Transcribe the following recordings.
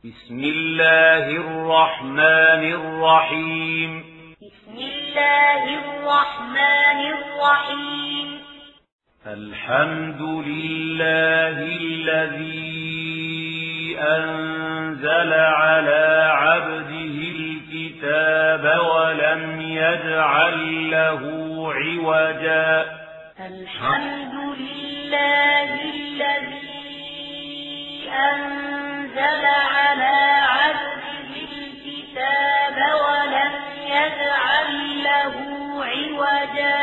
بسم الله الرحمن الرحيم بسم الله الرحمن الرحيم الحمد لله الذي أنزل على عبده الكتاب ولم يجعل له عوجا الحمد لله الذي أنزل على عبده الكتاب ولم يجعل له عوجا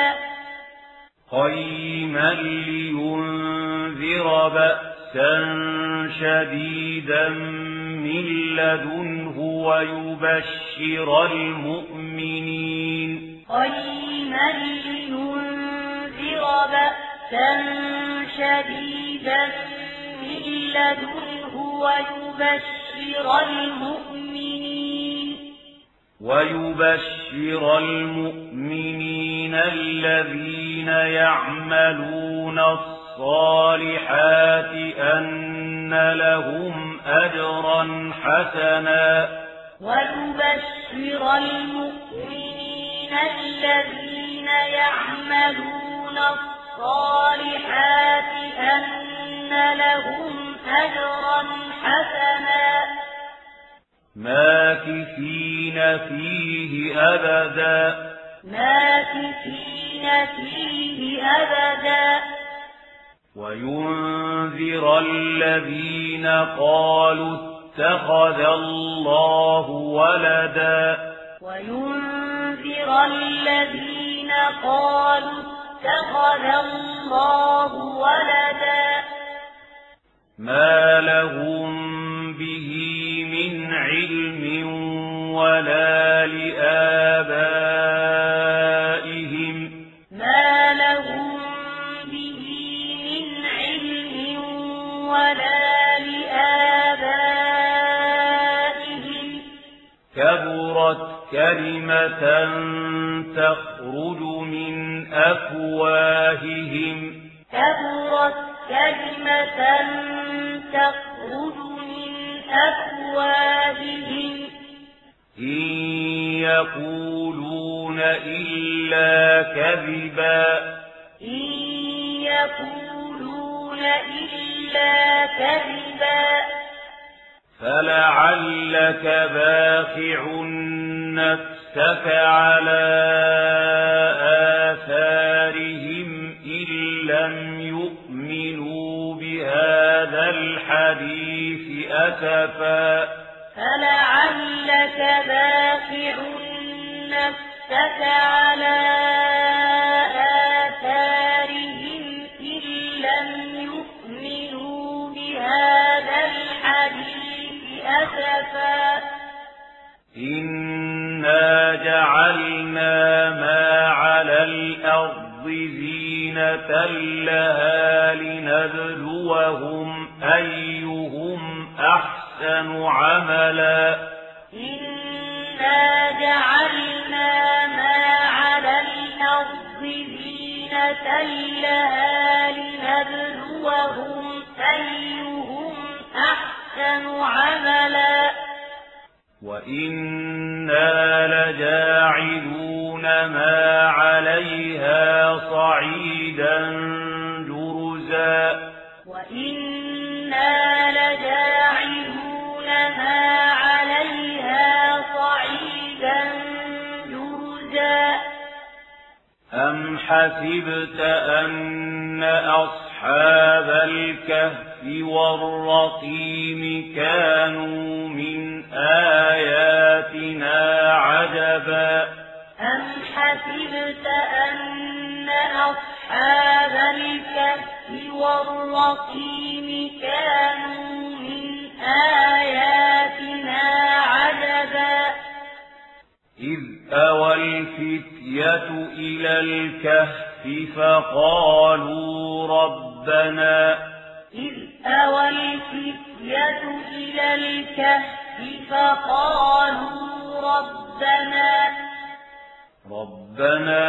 قيما لينذر بأسا شديدا من لدنه ويبشر المؤمنين بأسا شديدا من لدنه ويبشر المؤمنين الذين يعملون الصالحات أن لهم أجرا حسنا ويبشر المؤمنين الذين يعملون الصالحات أن لهم أجرا حسنا ماكثين فيه أبدا وينذر الذين قالوا اتخذ الله ولدا ما لهم به من علم ولا لآبائهم كبرت كلمة تخرج من أفواههم إن يقولون إلا كذبا فلعلك باخع نفسك على آثارهم إن لم يؤمنوا بهذا الحديث أسفا فلعلك باخع نفسك على آثارهم إن لم يؤمنوا بهذا الحديث أسفا إنا جعلنا ما على الأرض زينة لها لنبلوهم أيهم أحسن عملا إنا جعلنا ما على الأرض زينة لها لنبلوهم أيهم أحسن عملا وإنا لجاعلون ما عليها صعيدا جرزا أم حسبت أن أصحاب الكهف والرقيم كانوا من آياتنا عجبا أم حسبت أن أصحاب الكهف والرقيم كانوا من آياتنا عجبا إذ أوى الفتية إلى الكهف فقالوا ربنا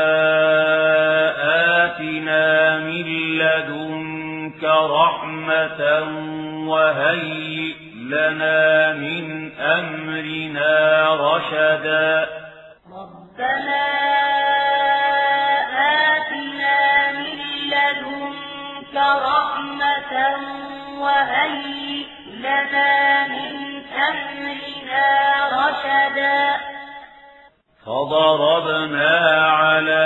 آتنا من لدنك رحمة وهيئ لنا من أمرنا رشدا ربنا آتنا من لدنك رحمة وهيئ لنا من أمرنا رشدا فضربنا على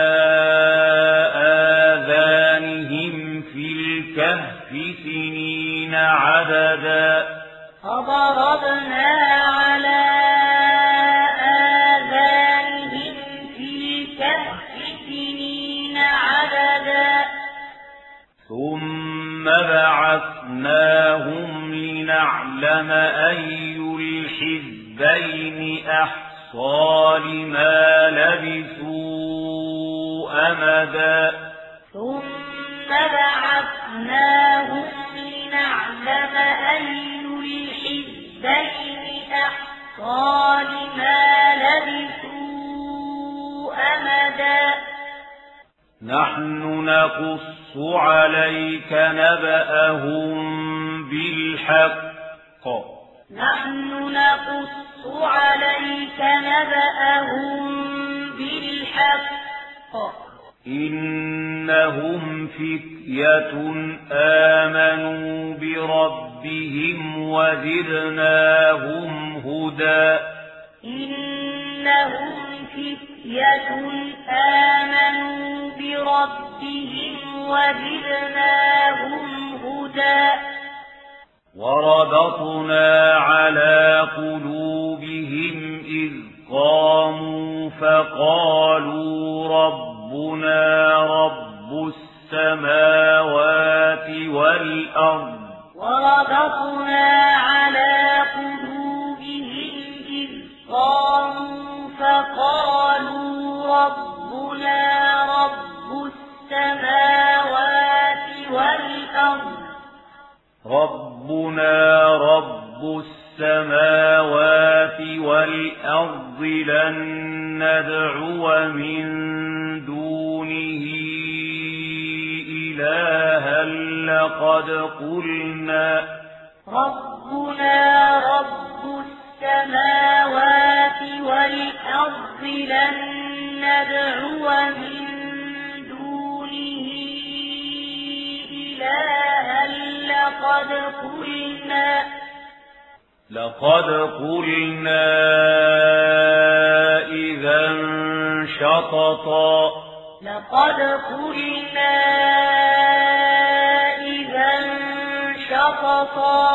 آذانهم في الكهف سنين عددا فضربنا على آذانهم في الكهف سنين عددا ثم بعثناهم لنعلم أي الحزبين أحصى لما لبثوا أمدا ثم بعثناهم لنعلم أي الحزبين أحصى لما لبثوا أمدا نحن نقص عليك نبأهم بالحق نحن نقص عليك نبأهم بالحق إنهم فتية آمنوا بربهم وزدناهم هدى إنهم فتية آمنوا بربهم وزدناهم هدى وربطنا على قلوبهم إذ قاموا فقالوا ربنا رب السماوات والأرض وربطنا على قلوبهم إذ قاموا فقالوا ربنا رب السماوات والأرض ربنا رب السماوات والأرض لن ندعو من دونه إلها لقد قلنا ربنا رب السماوات والأرض لن ندعو من دونه إلها لقد قلنا إذا شططا لقد قلنا إذا شططا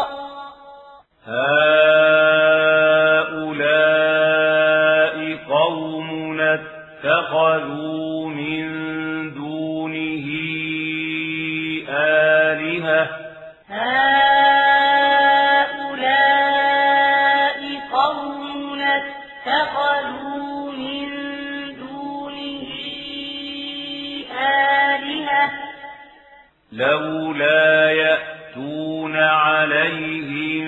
هؤلاء قومنا اتخذوا من دونه آلهة هؤلاء قومنا اتخذوا من دونه آلهة لولا يأتون عليهم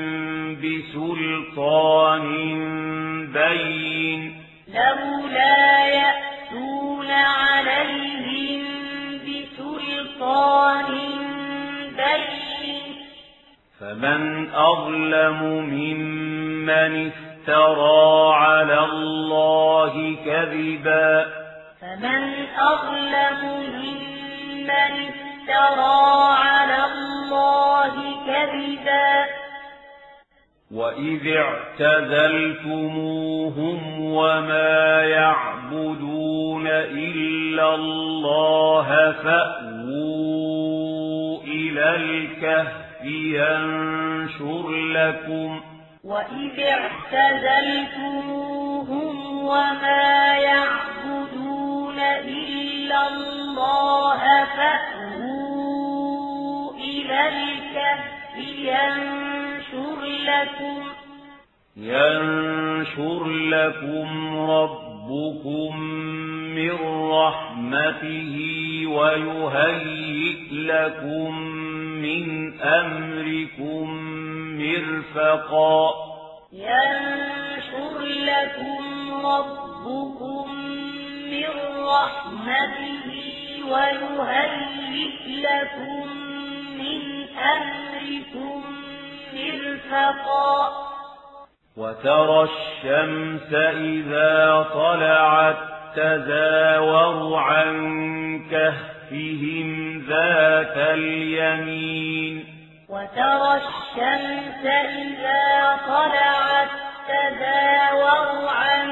بسلطان بين لولا يأتون عليهم بسلطان بين فمن أظلم ممن افترى على الله كذبا فمن أظلم ممن افترى على الله كذبا وإذ اعتزلتموهم وما يعبدون إلا الله فأووا إلى الكهف ينشر لكم وإذ اعتزلتموهم وما يعبدون إلا الله فأووا إلى الكهف ينشر لكم ربكم من رحمته ويهيئ لكم من أمركم مرفقا ينشر لكم ربكم من رحمته ويهيئ لكم من أمركم مرفقا وترى الشمس إذا طلعت تزاور عن كهفهم ذات اليمين وترى الشمس إذا طلعت تزاور عن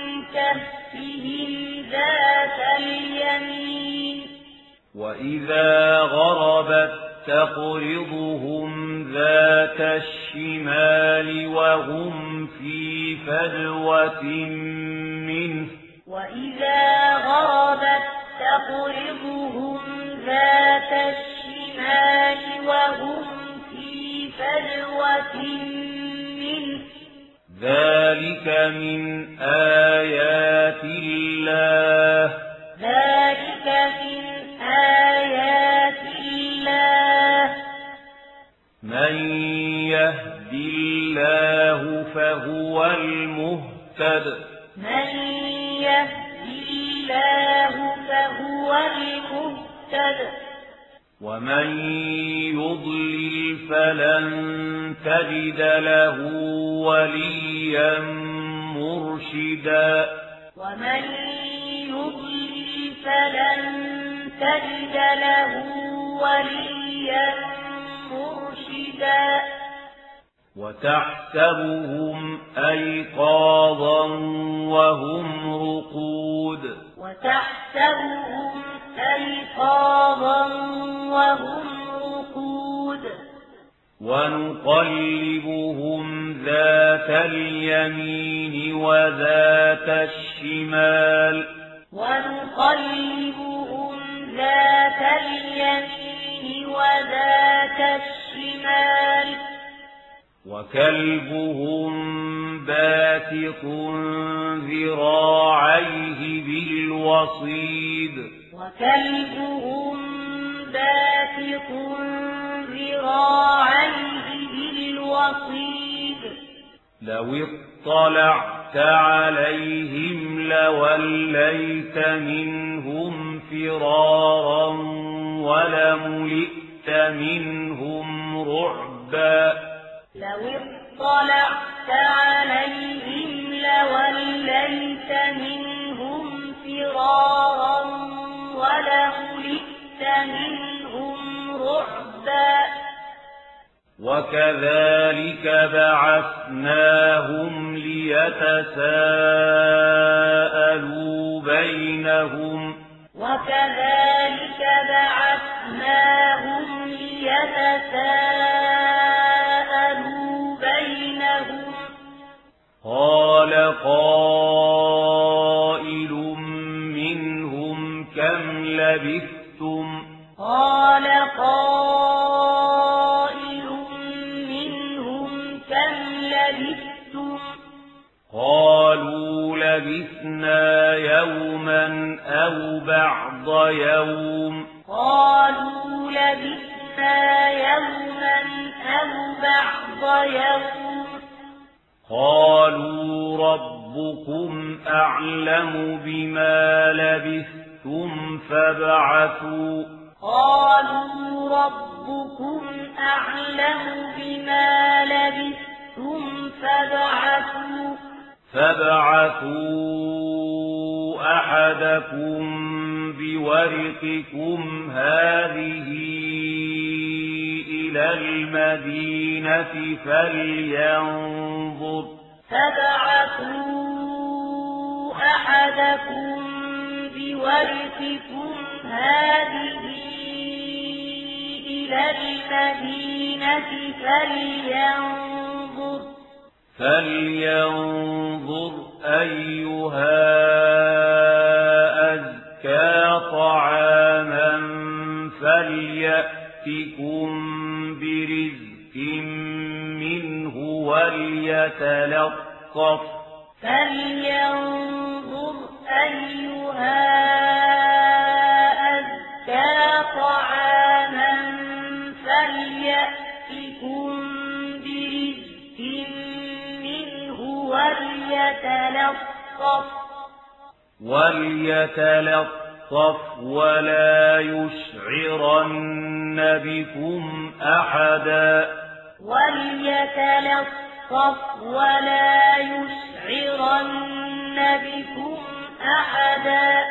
كهفهم ذات اليمين وإذا غربت تقرضهم ذات الشمال وهم في فجوة منه وإذا غربت تقرضهم ذات الشمال وهم في فجوة منه ذلك من آيات الله ذلك من آيات الله من يهد الله فهو المهتد من يهد الله فهو المهتد ومن يضلل فلن تجد له وليا مرشدا ومن يضلل فلن تجد له وليا مرشدا وتحسبهم أيقاظا وهم رقود وتحسبهم أيقاظا وهم رقود ونقلبهم ذات اليمين وذات الشمال ونقلبهم ذات اليمين وذات الشمال وكلبهم باسط ذراعيه بالوصيد وكلبهم باسط ذراعيه بالوصيد لو اطلعت عليهم لوليت منهم فرارا ولملئت منهم رعبا لو اطلعت عليهم لوليت منهم فرارا ولملئت منهم رعبا وكذلك بعثناهم ليتساءلوا بينهم وكذلك بعثناهم ليتساءلوا بينهم قال قائل منهم كم لبثتم قال قائل منهم كم لبثتم قالوا لبثنا يوما أو بعض يوم قالوا لبثنا يوما أو بعض يوم قالوا ربكم أعلم بما لبثتم فابعثوا قالوا ربكم أعلم بما لبثتم فابعثوا أحدكم بورقكم هذه إلى المدينة فابعثوا أحدكم بورقكم هذه إلى المدينة فلينظر أيها أزكى طعاما فليأتكم برزق منه فلينظر أيها أزكى طعاما فليأتكم برزق منه وليتلطف ولا يشعرن بكم أحدا وليتلطف ولا يشعرن بكم أحدا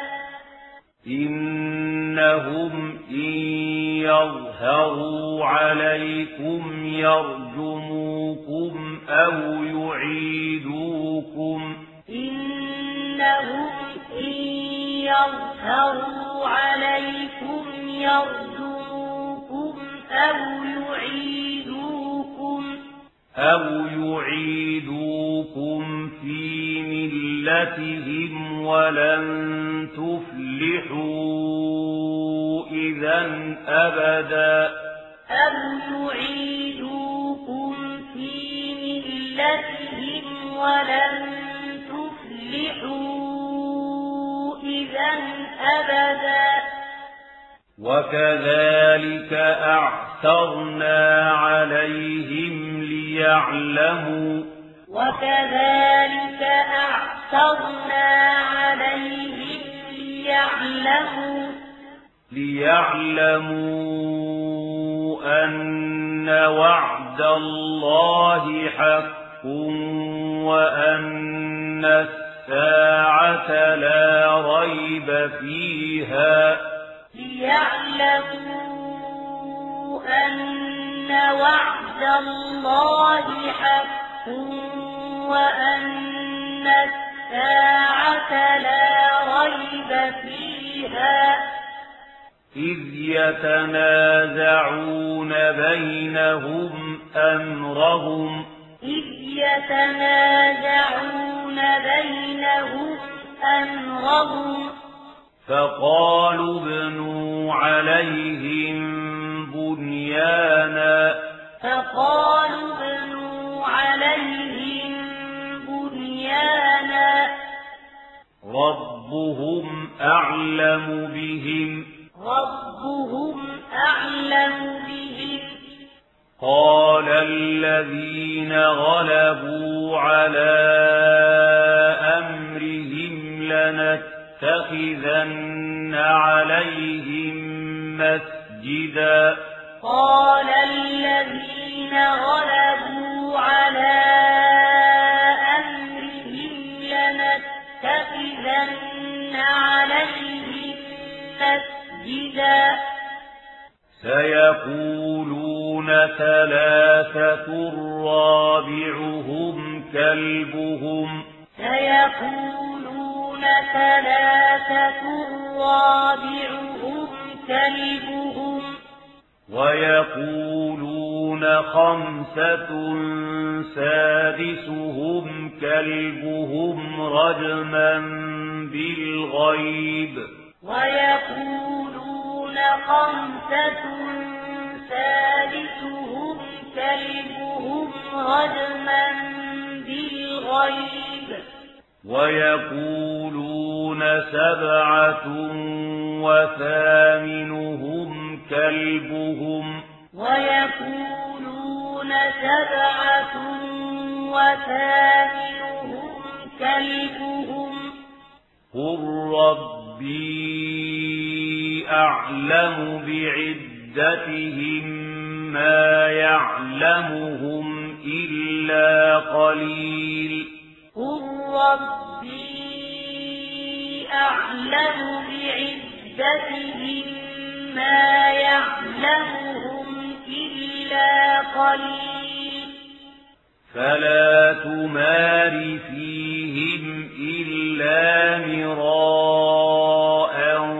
إنهم إن يظهروا عليكم يرجموكم أو يعيدوكم إنهم إن يظهروا عليكم يرجموكم أو يعيدوكم في ملتهم ولن تفلحوا إذا أبدا وكذلك أعثرنا عليهم ليعلموا أن وعد الله حق وأن الساعة لا ريب فيها ليعلموا أن وعد الله حق وأن الساعة لا ريب فيها إذ يتنازعون بينهم أمرهم فقالوا ابنوا عليهم بنيانا ربهم أعلم بهم قال الذين غلبوا على أمرهم لنتخذن عليهم مسجدا سيقولون ثلاثة رابعهم كلبهم ويقولون خمسة سادسهم كلبهم رجما بالغيب ويقولون سبعة وثامنهم كلبهم قل ربي أعلم بعدتهم ما يعلمهم إلا قليل فلا تمار فيهم إلا مراء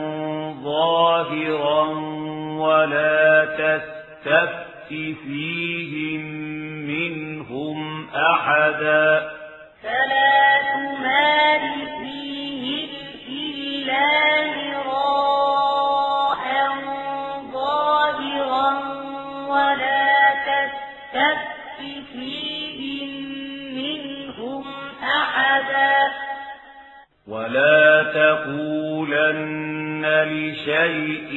ظاهرا ولا تستفت فيهم منهم أحدا ولا تقولن لشيء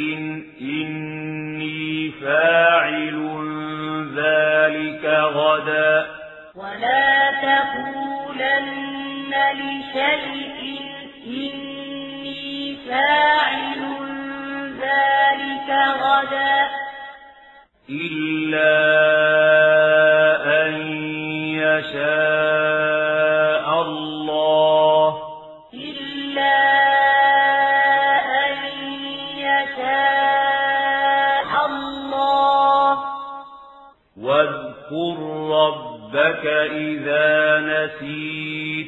إني فاعل ذلك غدا إلا ربك إذا نسيت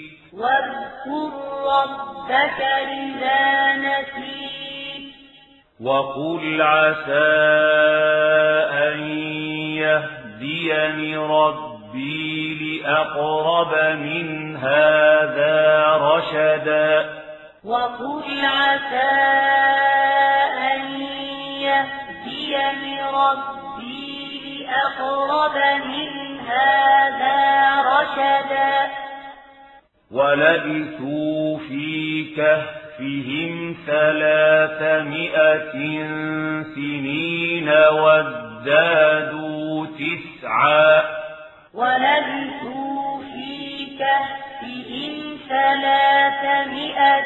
وقل عسى أن يهديني ربي لأقرب من هذا رشدا وقل عسى أن يهديني ربي لأقرب من هذا رشدا ولبثوا في كهفهم 300 سنين وازدادوا 9 ولبثوا في كهفهم 300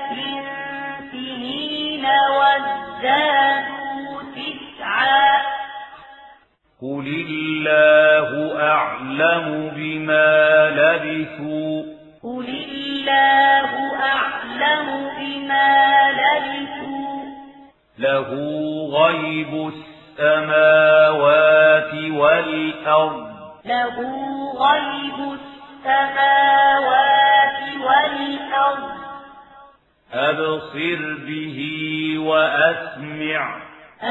سنين وازدادوا 9 قل الله أعلم بما لبثوا قل الله أعلم بما لبثوا له غيب السماوات والأرض له غيب السماوات والأرض أبصر به وأسمع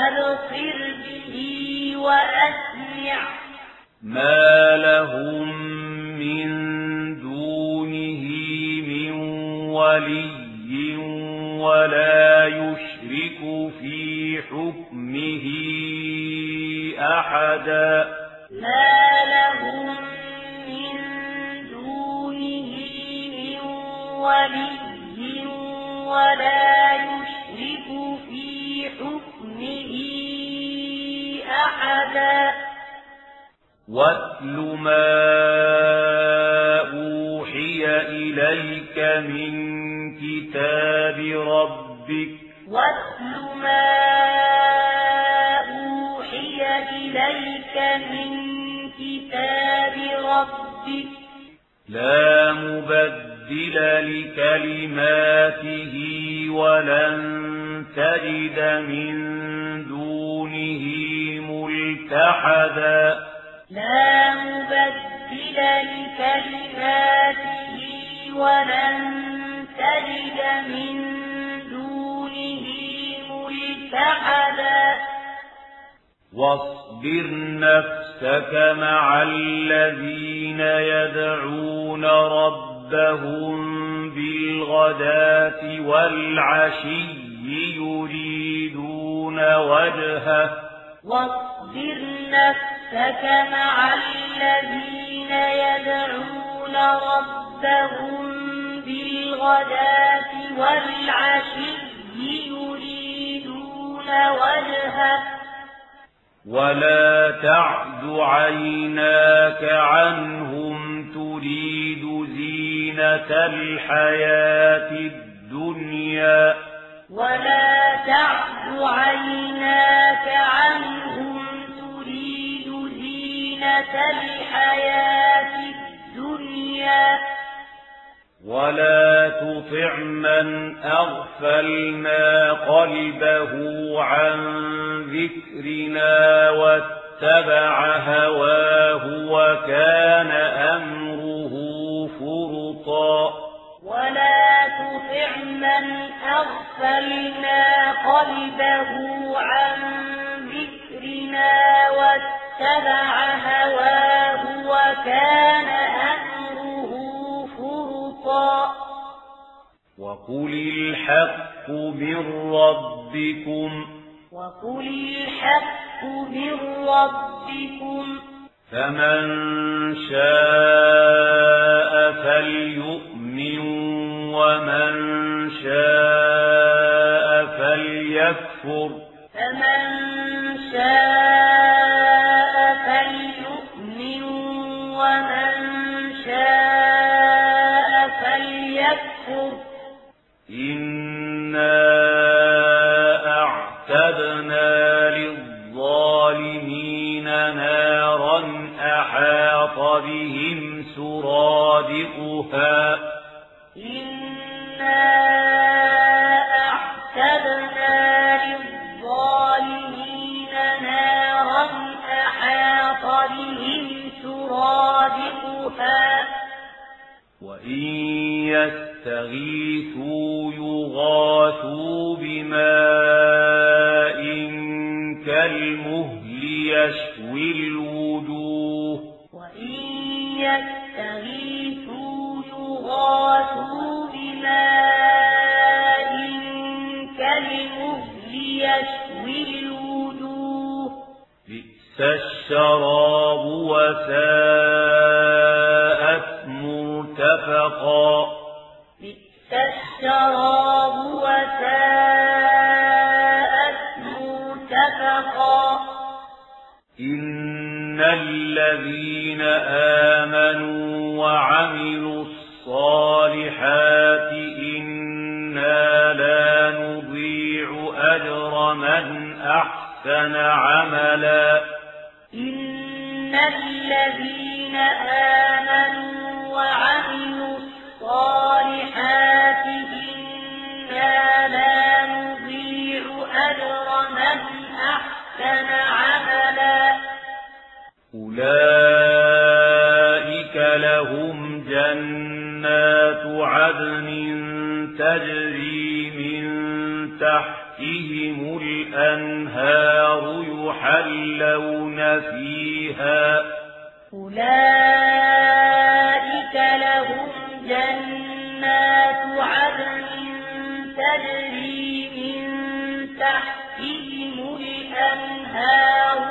ما لهم من دونه من ولي ولا يشرك في حكمه أحدا ما لهم من دونه من ولي ولا يشرك في حكمه أحدا واتل ما أوحي إليك من كتاب ربك واتل ما أوحي إليك من كتاب ربك لا مبدل لكلماته ولن تجد من دونه ملتحدا لا مبدل لكلماته ولن تجد من دونه ملتحدا واصبر نفسك مع الذين يدعون ربهم بالغداة والعشي يريدون وجهه واصبر نفسك مع الذين يدعون ربهم بالغداة والعشي يريدون وجهه ولا تعد عيناك عنهم تريد زينة الحياة الدنيا ولا تعد عيناك عنهم تريد زينة الحياة الدنيا ولا تطع من أغفلنا قلبه عن ذكرنا واتبع هواه وكان أمره فرطا ولا تطع من أغفلنا قلبه عن ذكرنا واتبع هواه وكان أمره فرطا وقل الحق من ربكم فمن شاء فليؤمن ومن شاء فليكفر فمن شاء فليؤمن ومن شاء فليكفر إنا أعتدنا للظالمين نارا أحاط بهم سرادقها إنا أعتدنا للظالمين نارا أحاط بهم سرادقها وإن يستغيثوا يغاثوا بماء كالمهل يشوي الوجوه وإن يستغيثوا يغاثوا بماء كالمهل يشوي الوجوه بئس الشراب وساءت مرتفقا بئس الشراب وساءت مرتفقا إن الذين آمنوا وعملوا الصالحات إنا لا نضيع أجر من أحسن عملا إن الذين آمنوا وعملوا الصالحات إنا لا نضيع أجر من أحسن عملا أولئك لهم جنات عدن تجري من تحتهم الأنهار أولئك لهم جنات عدن تجري من تحتهم الأنهار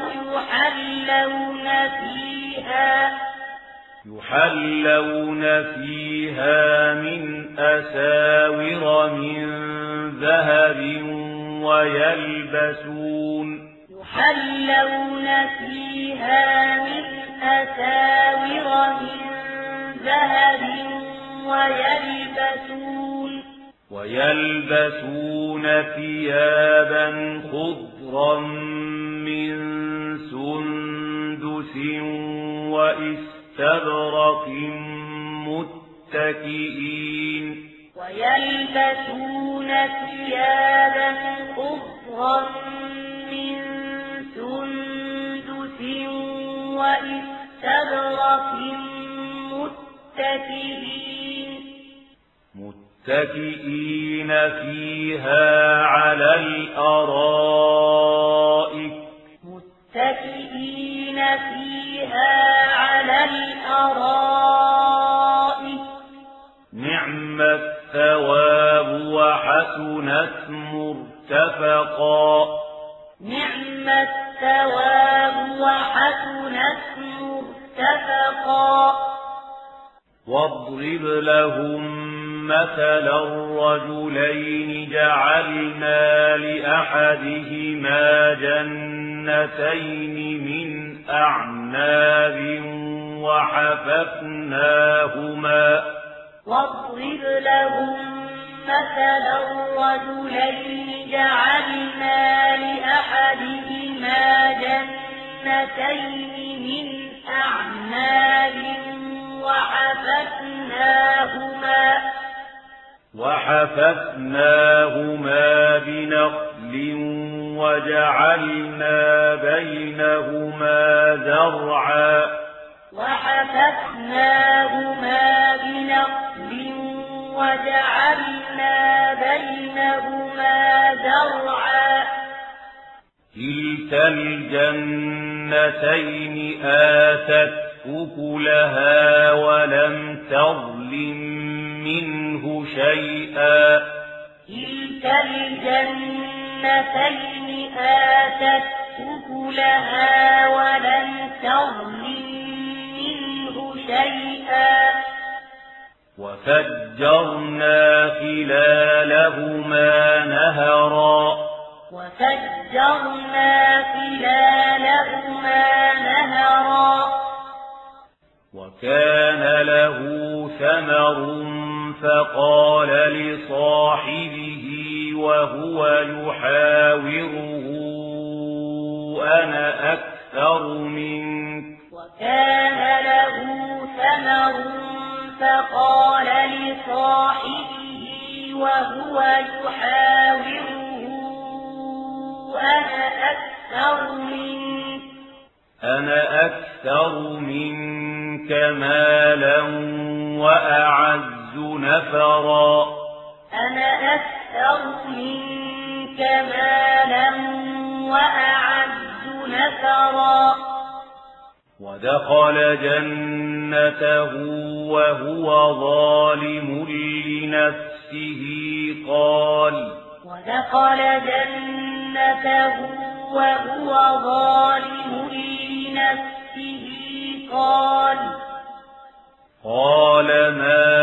يحلون فيها من أساور من ذهب ويلبسون ويلبسون ثيابا خضرا من سندس واستبرق متكئين متكئين فيها على الأرائك نعم الثواب وحسنت مرتفقا واضرب لهم مثلا الرجلين جعلنا لأحدهما جنتين من أعناب واضرب لهم مثلا الرجلين جعلنا لأحدهما جنتين من أعناب وحففناهما بنخل وجعلنا بينهما زرعا كلتا الجنتين آتت أكلها ولم تظلم منه شيئا وفجرنا خلالهما نهرا وكان له ثمر فقال لصاحبه وهو يحاوره أنا أكثر منك أنا أكثر منك مالا وأعز نفرا أنا أكثر منك مالا وأعز نفرا ودخل جنته وهو ظالم لنفسه قال وهو ظالم لنفسه قال ما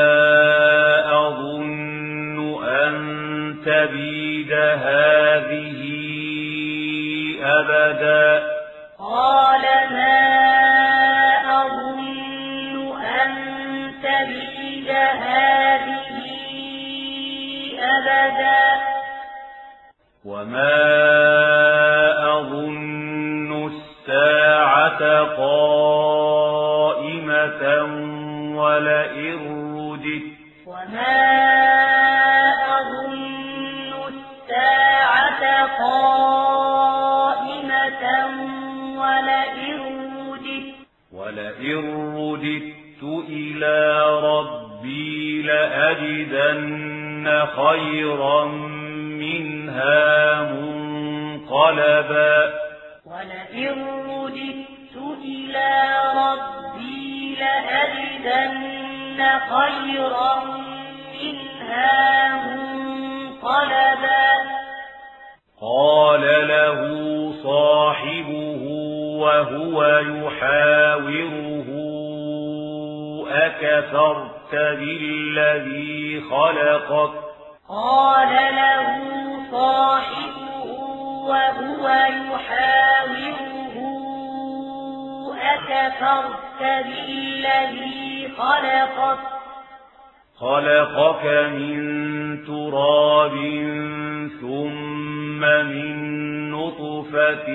أظن أن تبيد هذه أبدا ما أظن أن تبيد هذه أبدا وما أظن الساعة قائمة ولئن رددت إلى ربي لأجدن خيرا منها منقلبا ولئن رددت إلى ربي لأجدن خيرا منها منقلبا قال له صاحبه وهو يحاوره أكفرت بالذي خلقك قال له صاحبه وهو يحاوره أكفرت بالذي خلقك من تراب ثم من نطفة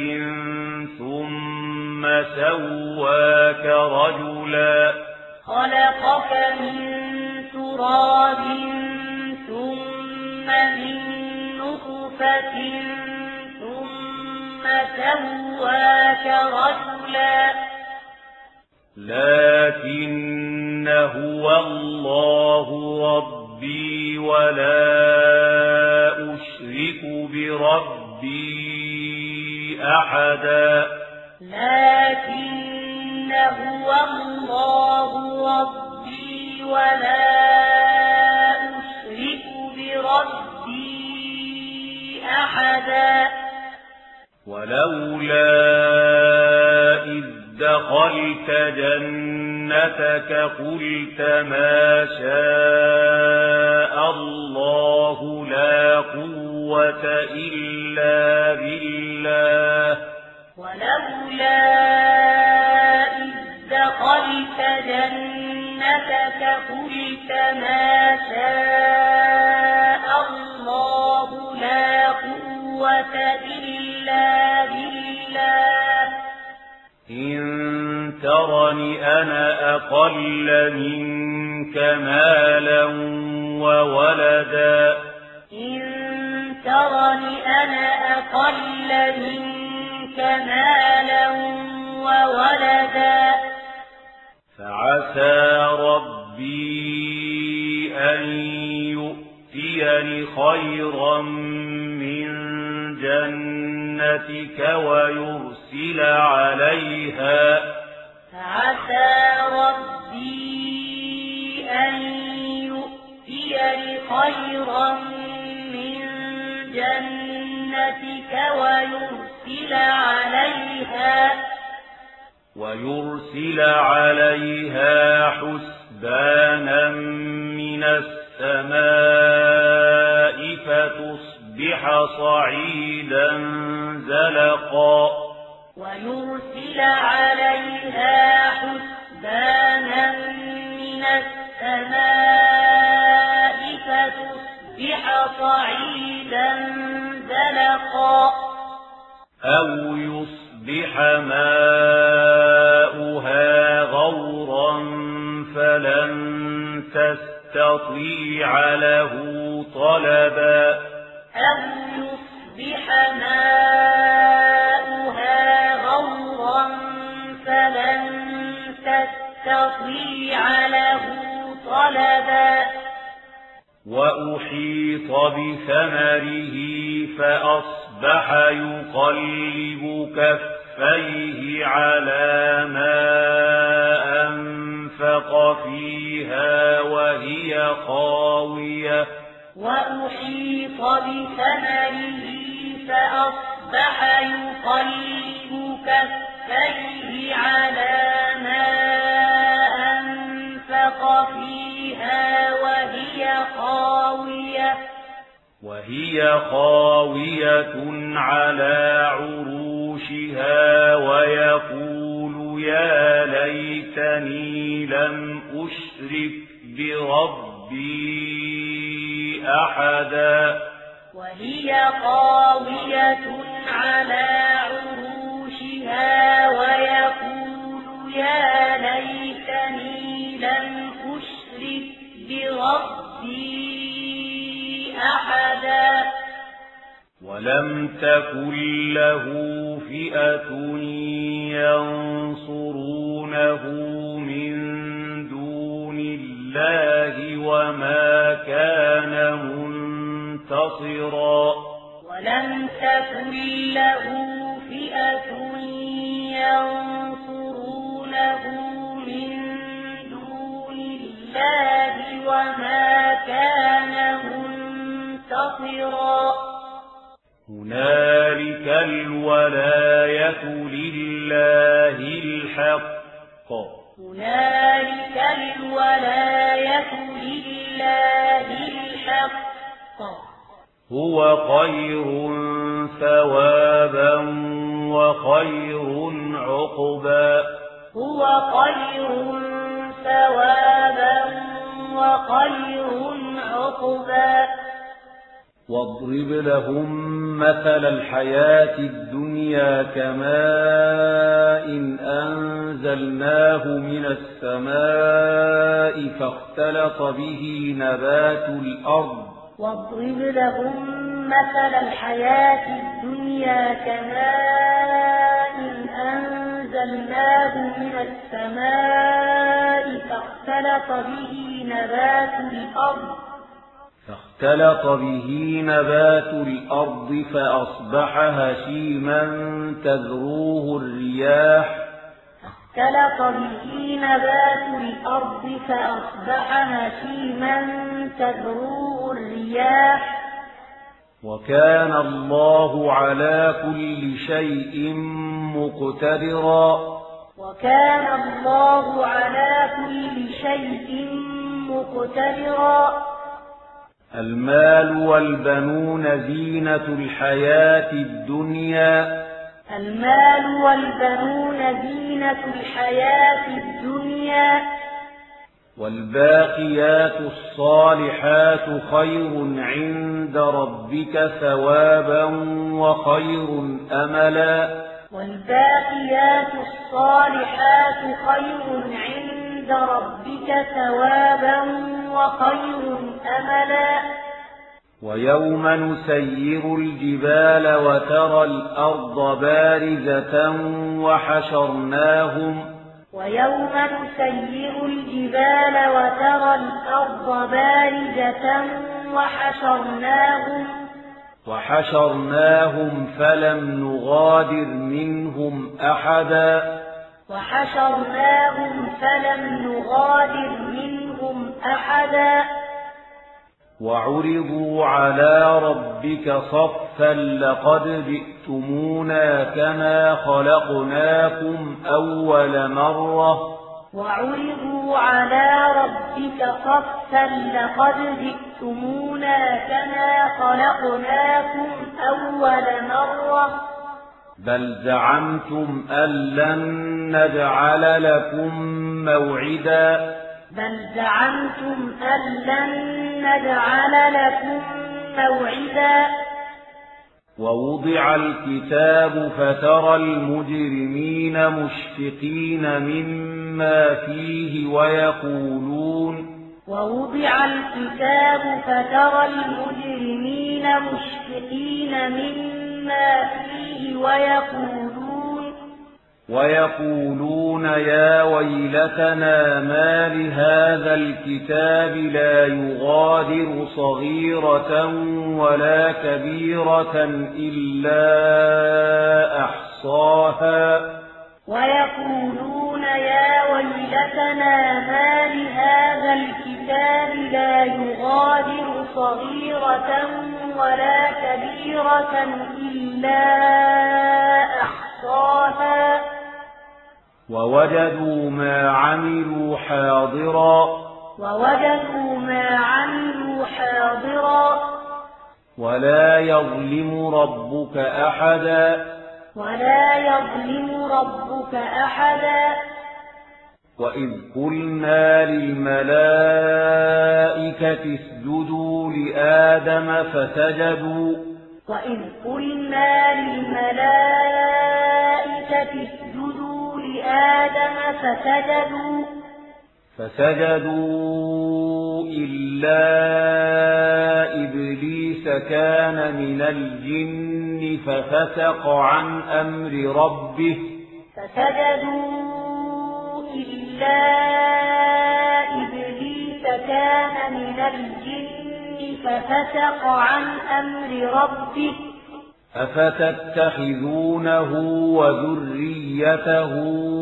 ثم سواك رجلا خلقك من تراب ثم من نطفة ثم سواك رجلا لكن هو الله ربي ولا أشرك بربي أحدا لكن هو الله ربي ولا أشرك بربي أحدا ولولا إذ دخلت جنتك قلت ما شاء الله لا قوة إلا بالله ولولا إذ دخلت جنتك قلت ما شاء الله لا قوة إلا بالله إن ترني أنا أقل منك مالا وولدا إن ترني أنا أقل منك مالا وولدا فعسى ربي أن يؤتيني خيرا من جنتك ويرسل عليها فعسى ربي أن يؤتيني خيرا من جنتك ويرسل عليها حسبانا من السماء فتصبح صعيدا زلقا ويرسل عليها حسبانا من السماء فتصبح صعيدا زلقا أو يصبح ماؤها غورا فلن تستطيع له طلبا أو يصبح ماؤها غورا فلن تستطيع له وأحيط بثمره فأصبح يقلب كفيه على ما أنفق فيها وهي خاوية وأحيط بثمره فأصبح يقلب كفيه على ما أنفق فيها وهي خاوية على عروشها ويقول يا ليتني لم أشرك بربي أحدا وهي خاوية على عروشها ويقول يا ليتني لم أشرك بربي أحدا ولم تكن له فئة ينصرونه من دون الله وما كان منتصرا ولم تكن له فئة ينصرونه من دون الله وما كان منتصرا هنالك الولاية لله الحق هنالك الولاية لله الحق هو خير ثوابا وخير عقبا هو خير ثوابا وخير عقبا واضرب لهم مثل الحياة الدنيا كماء أنزلناه من السماء فاختلط به نبات الأرض واضرب لهم مثل الحياة الدنيا كماء أنزلناه من السماء فاختلط به نبات الأرض فأصبح هشيما تذروه الرياح فاختلط به نبات الأرض فأصبح هشيما تذروه الرياح وكان الله على كل شيء مقتدرا وكان الله على كل شيء مقتدرا المال والبنون زينة الحياة الدنيا المال والبنون زينة الحياة الدنيا والباقيات الصالحات خير عند ربك ثوابا وخير أملا والباقيات الصالحات خير عند ربك ثوابا وخير أملا ويوم نسير الجبال وترى الأرض بارزة وحشرناهم وحشرناهم فلم نغادر منهم أحدا وعرضوا على ربك صفا لقد جئتمونا كما خلقناكم أول مرة وعرضوا على ربك صفا لقد جئتمونا كما خلقناكم أول مرة بل زعمتم أن لن نجعل لكم موعدا ووضع الكتاب فترى المجرمين مشفقين مما فيه ويقولون يا ويلتنا ما لهذا الكتاب لا يغادر صغيرة ولا كبيرة إلا أحصاها ويقولون يا ويلتنا ما لهذا الكتاب لا يغادر صغيرة ولا كبيرة إلا أحصاها ووجدوا ما عملوا حاضرا ولا يظلم ربك أحدا وإذ قلنا للملائكة اسجدوا لآدم فسجدوا إلا إبليس كان من الجن ففسق عن أمر ربه أفتتخذونه وذريته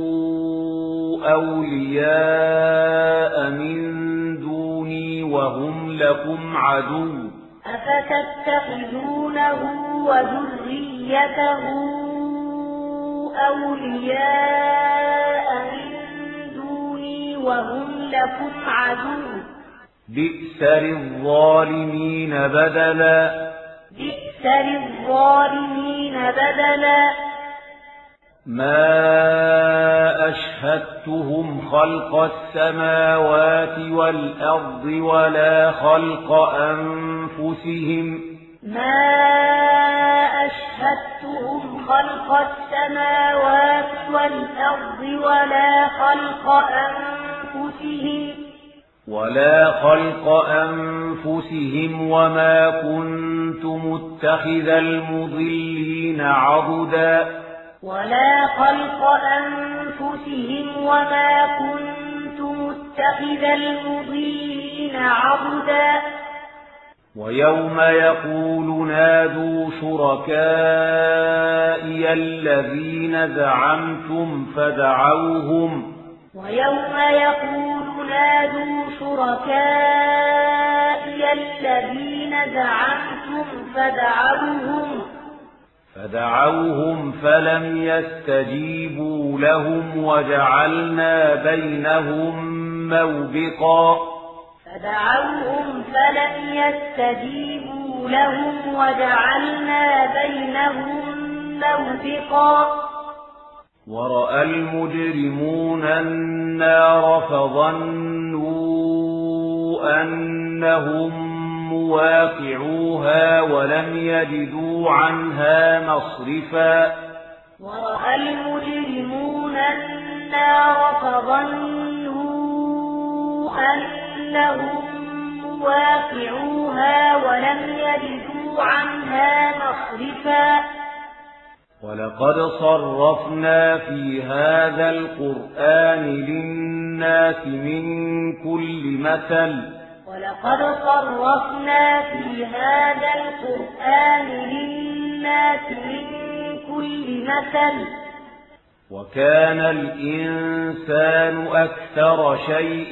أولياء من دوني وهم لكم عدو بئس للظالمين بدلا ما أشهدتهم خلق السماوات والأرض ولا خلق أنفسهم وما كنت متخذ المضلين عضدا ويوم يقول نادوا شركائي الذين زعمتم فدعوهم فلم يستجيبوا لهم وجعلنا بينهم موبقا ورأى المجرمون النار فظنوا أنهم مواقعوها ولم يجدوا عنها مصرفا ولقد صرفنا في هذا القرآن للناس من كل مثل وكان الإنسان أكثر شيء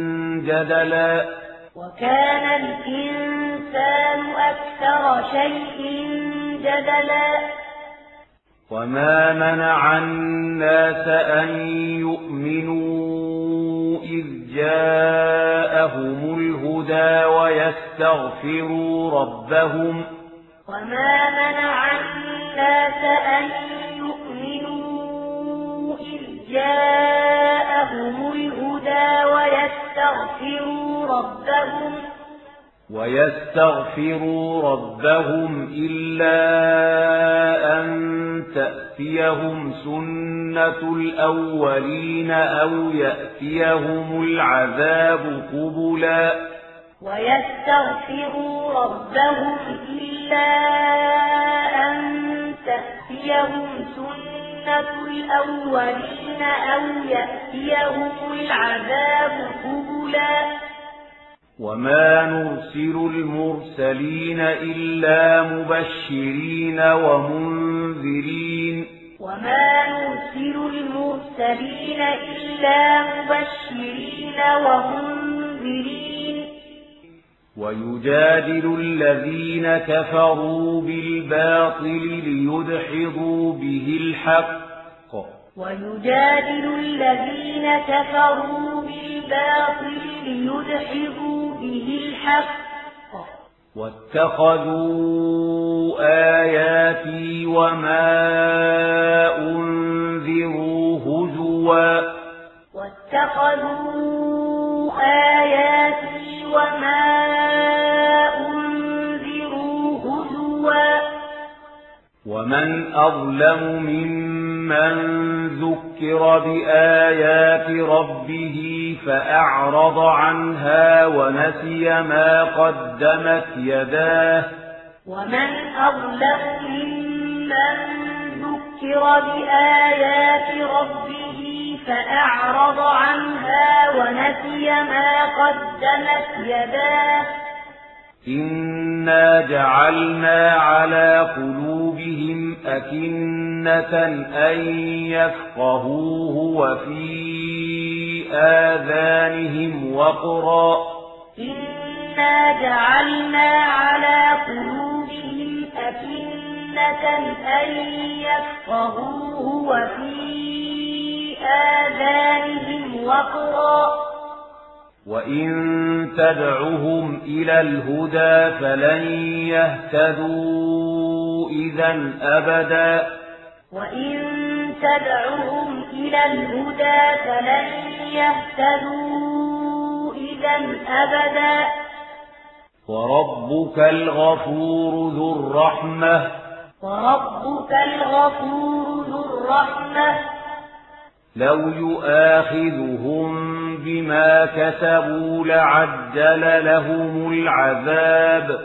جدلا وما منع الناس أن يؤمنوا إذ جاءهم الهدى ويستغفروا ربهم إلا أن تأتيهم سنة الأولين أو يأتيهم العذاب قبلا الأولين أو يأتيهم العذاب قبلا وما نرسل المرسلين إلا مبشرين ومنذرين ويجادل الذين كفروا بالباطل ليدحضوا به الحق واتخذوا آياتي وما أنذروا هزوا ومن أظلم ممن ذكر بآيات ربه فأعرض عنها ونسي ما قدمت يداه إنا جعلنا على قلوبهم أكنة أن يفقهوه وفي آذانهم وقرا وإن تدعهم إلى الهدى فلن يهتدوا إذا أبدا وربك الغفور ذو الرحمة لو يؤاخذهم بما كسبوا لعجل لهم العذاب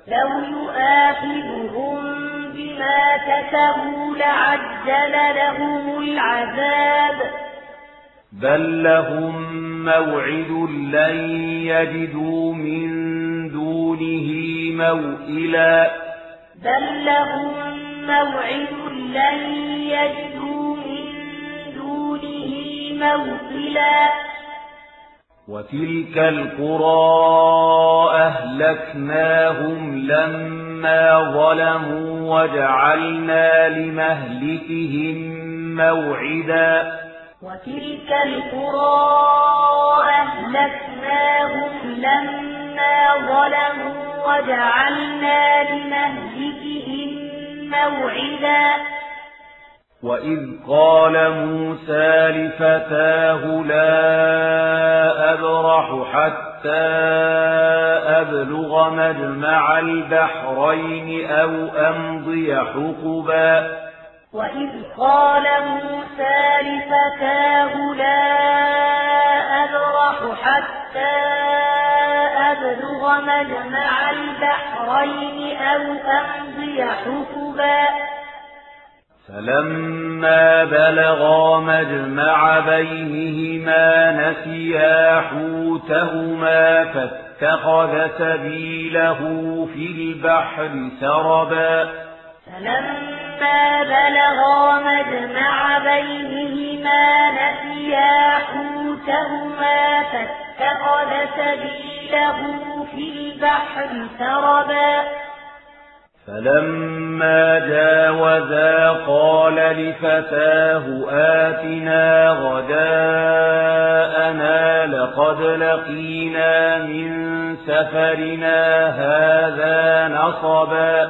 بل لهم موعد لن يجدوا من دونه موئلا وتلك القرى أهلكناهم لما ظلموا وجعلنا لمهلكهم موعدا وإذ قال موسى لفتاه لا أبرح حتى أبلغ مجمع البحرين أو أمضي حقبا فلما بلغا مجمع بينهما نسيا حوتهما فاتخذ سبيله في البحر سربا فلما جاوزا قال لفتاه آتنا غداءنا لقد لقينا من سفرنا هذا نصبا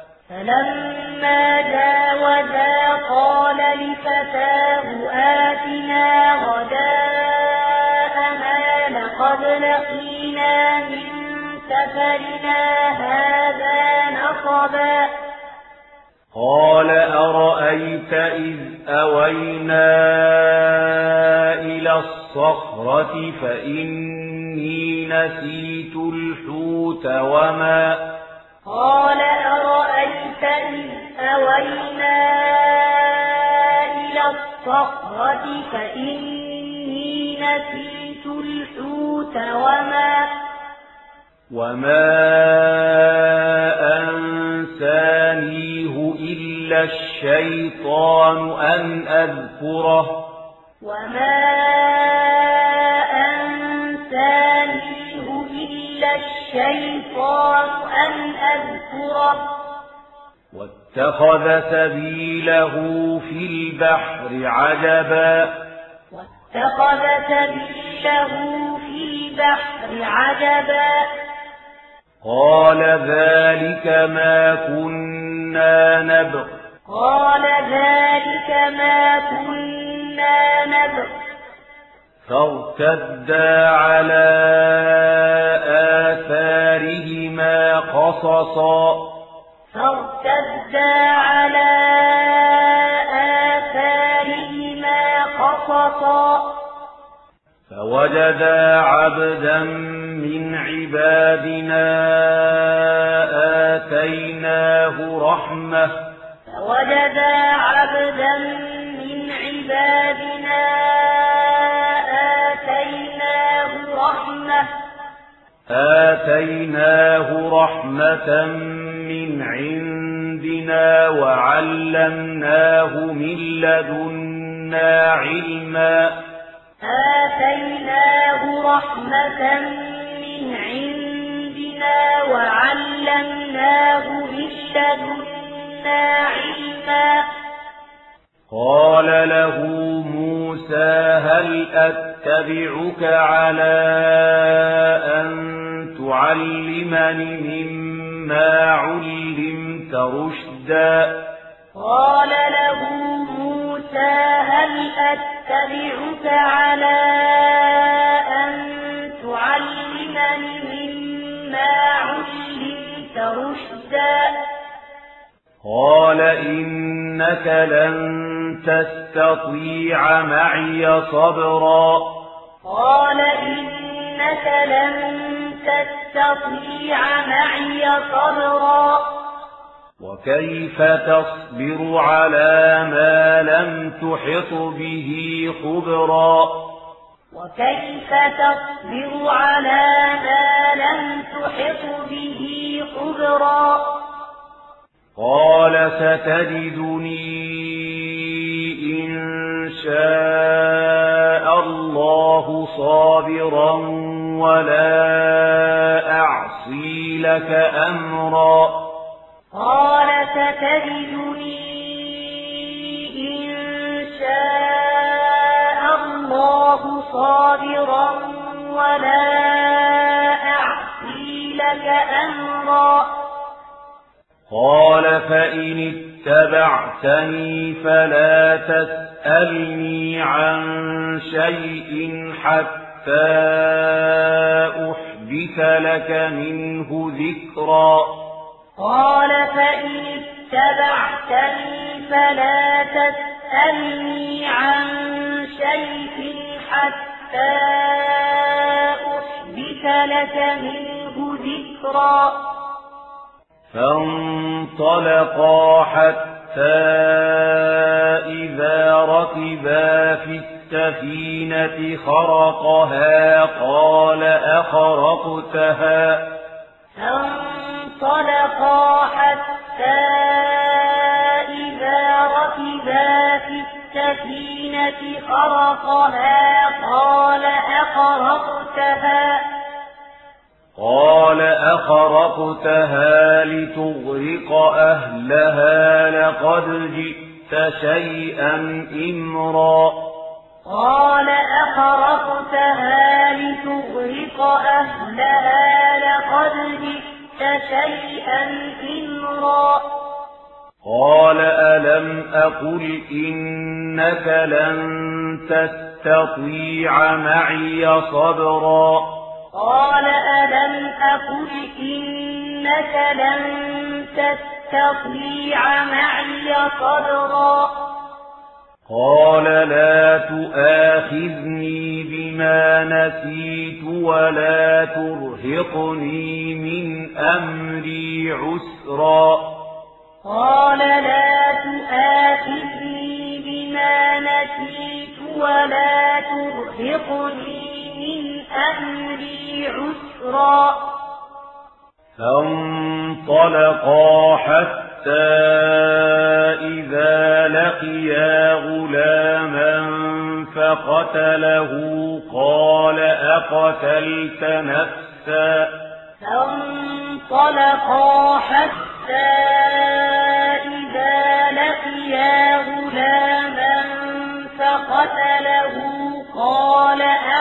قال أرأيت إذ أوينا إلى الصخرة فإني نسيت الحوت وما الصخرة فإني نسيت الحوت وما أنسانيه إلا الشيطان أن أذكره واتخذ سبيله في البحر عجبا قال ذلك ما كنا نبغ فارتدا على آثارهما قصصا فوجدا عبدا من عبادنا آتيناه رحمة من عندنا وعلمناه من لدنا علما قال له موسى هل أتبعك على أن تعلمني مما علمت رشدا قال إنك لن تستطيع معي صبرا وكيف تصبر على ما لم تحط به خبرا قال ستجدني إن شاء الله صابرا ولا أعصي لك أمرا قال فإن اتبعتني فلا تسألني عن شيء حتى أحدث لك منه ذكرا فانطلقا حتى إذا ركبا في السفينة خرقها قال أخرقتها لتغرق أهلها لقد جئت شيئا إمرا قال ألم أقل إنك لن تستطيع معي صبرا قال لا تؤاخذني بما نسيت ولا ترهقني من أمري عسرا قال لا تؤاخذني بما نسيت ولا ترهقني من أمري عسرا فانطلقا حتى إذا لقيا غلاما فقتله قال أقتلت نفسا فانطلقا حتى إذا لقيا غلاما فقتله قال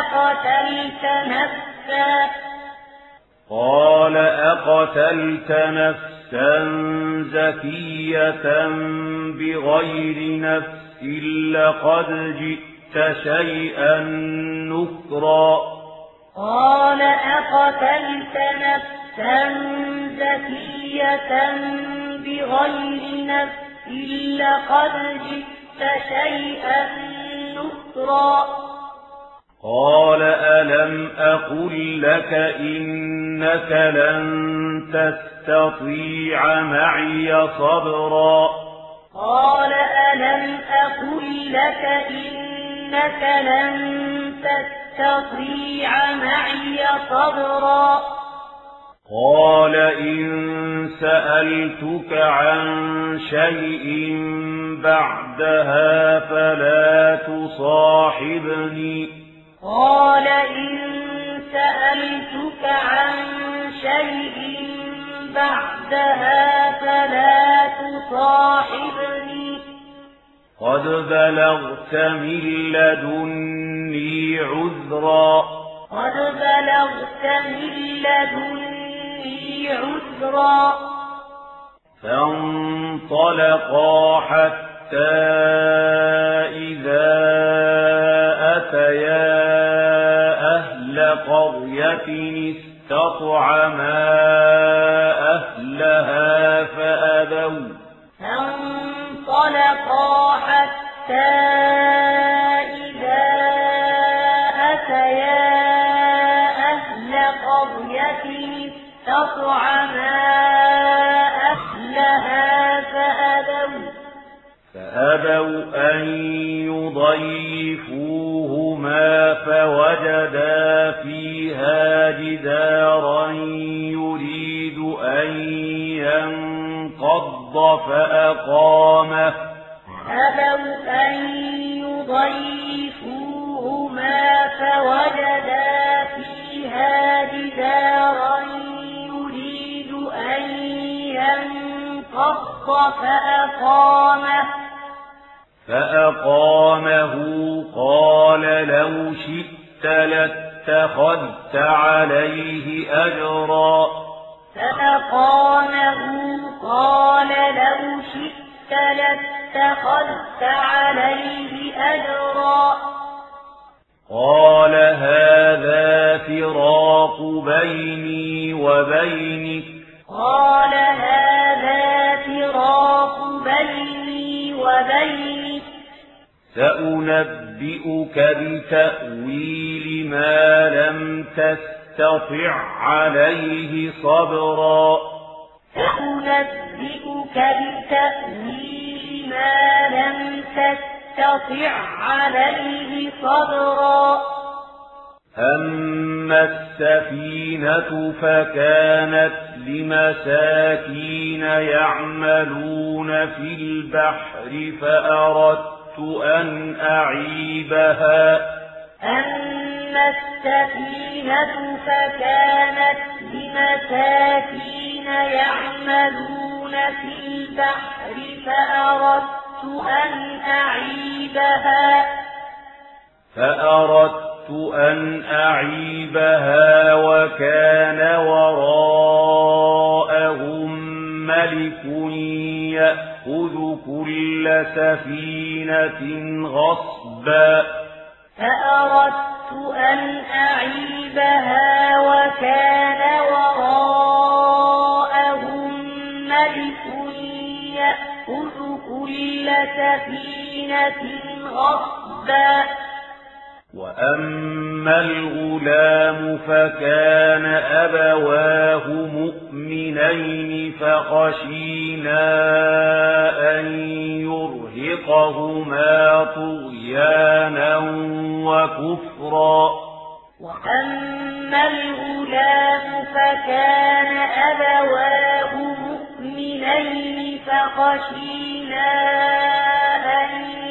أقتلت نفسا زكية بغير نفس لقد جئت شيئا نكرا قال أقتلت نفسا زكية بغير نفس لقد جئت شيئا نكرا قال ألم أقل لك إنك لن تستطيع معي صبرا قال ألم أقل لك إنك لن تستطيع معي صبرا قال إن سألتك عن شيء بعدها فلا تصاحبني قال إن سألتك عن شيء بعدها فلا تصاحبني قد بلغت من لدني عذرا قد بلغت من لدني عذرا فانطلقا حتى إذا أتيا أهل قرية استطعما أهلها فانطلقا حتى إذا أتيا أهل قرية استطعما أهلها فأبوا أن يضيفوهما فوجدا فيها جدارا يريد أن ينقض فأقامه فأبوا أن يضيفوهما فوجدا فيها جدارا يريد أن ينقض فأقامه قال لو شئت لاتخذت عليه أجرا فأقامه قال لو شئت لاتخذت عليه أجرا قال هذا فراق بيني وبينك قال هذا فراق بيني وبينك سأنبئك بتأويل ما لم تستطع عليه صبرا سأنبئك بتأويل ما لم تستطع عليه صبرا أما السفينة فكانت لمساكين يعملون في البحر فأردت أن أعيبها أما السفينة فكانت لمساكين يعملون في البحر فأردت أن أعيبها وكان وراءهم ملك يأخذ كل سفينة غصبا فأردت أن أعيبها وكان وراءهم ملك يأخذ كل سفينة غصبا وأما الغلام فكان أبواه مؤمنين فخشينا أن نرهقهما طغيانا وكفرا وأما الغلام فكان أبواه مؤمنين فخشينا أن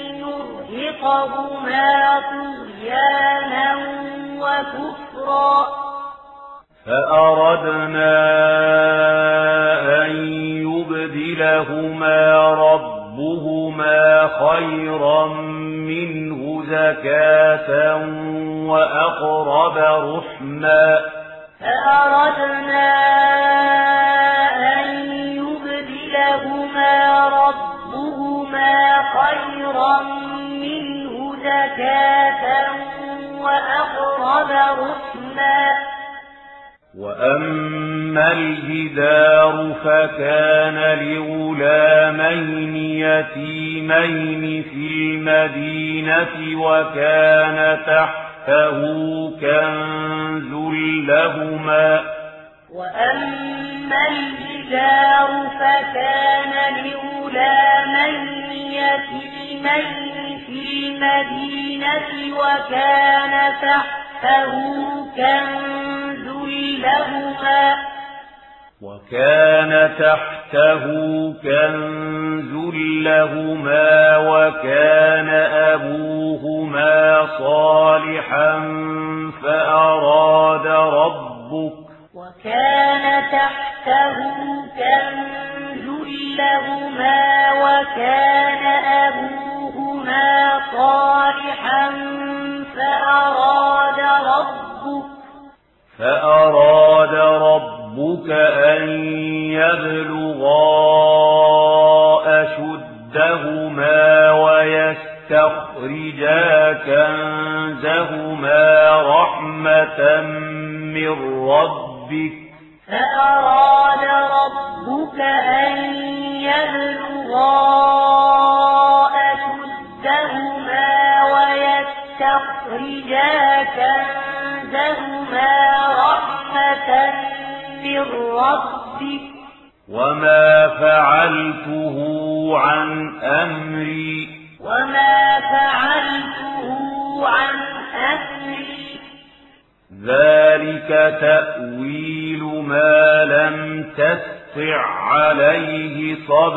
يرهقهما طغيانا وكفرا فأردنا أن يبدلهما ربهما خيرا منه زكاة وأقرب رحما فأردنا أن يبدلهما ربهما خيرا منه زكاة وأقرب رحما وأما الجدار فكان لغلامين يتيمين في المدينة وكان تحته كنز لهما وأما الجدار فكان لغلامين يتيمين في المدينة وكان تحته كنز لهما وكان أبوهما صالحا فأراد ربك أن يبلغا أشدهما ويستخرجا كنزهما رحمة من ربك فأراد ربك أن يبلغا أشدهما ويستخرجا كنزهما رحمة من ربك وما فعلته عن أمري ذلك تأويل ما لم تستطع عليه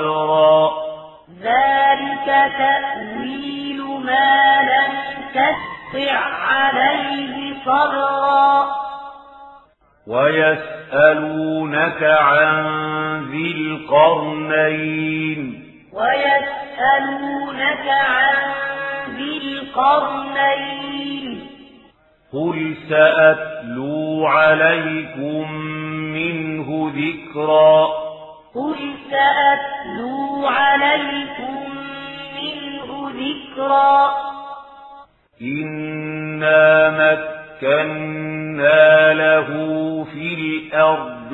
صبرا ويسألونك عن ذي القرنين قل سأتلو عليكم منه ذكرا إنا مكنا له في الأرض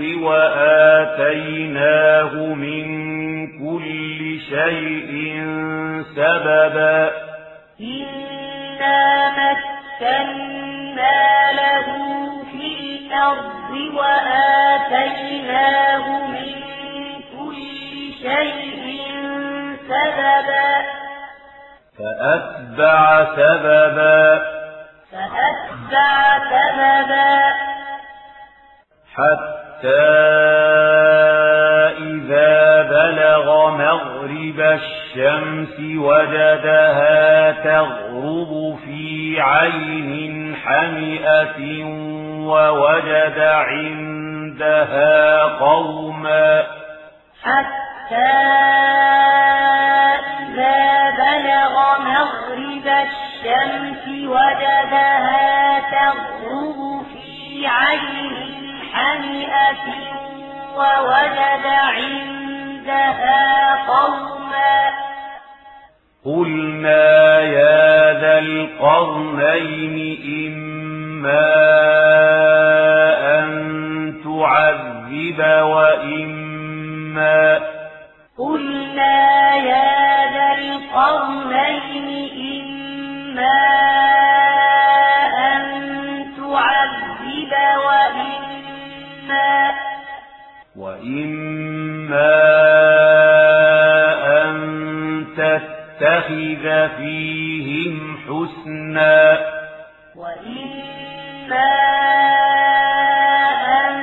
وآتيناه من كل شيء سببا فأتبع سببا حتى إذا بلغ مغرب الشمس وجدها تغرب في عين حمئة ووجد عندها قوما الشمس وجدها تغرب في عين حمئة ووجد عندها قوما قلنا يا ذا القرنين إما أن تعذب وإما أن تتخذ فيهم حسنا وإما أن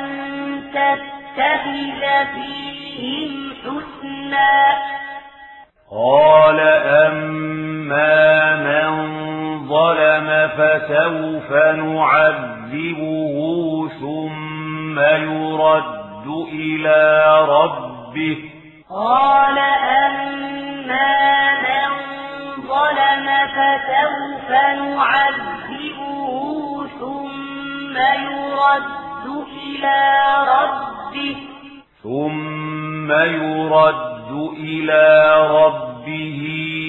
تتخذ فيهم حسنا قال أما من ظلم فسوف نعذبه ثم يرد إلى ربه قال أما من ظلم فسوف نعذبه ثم يرد إلى ربه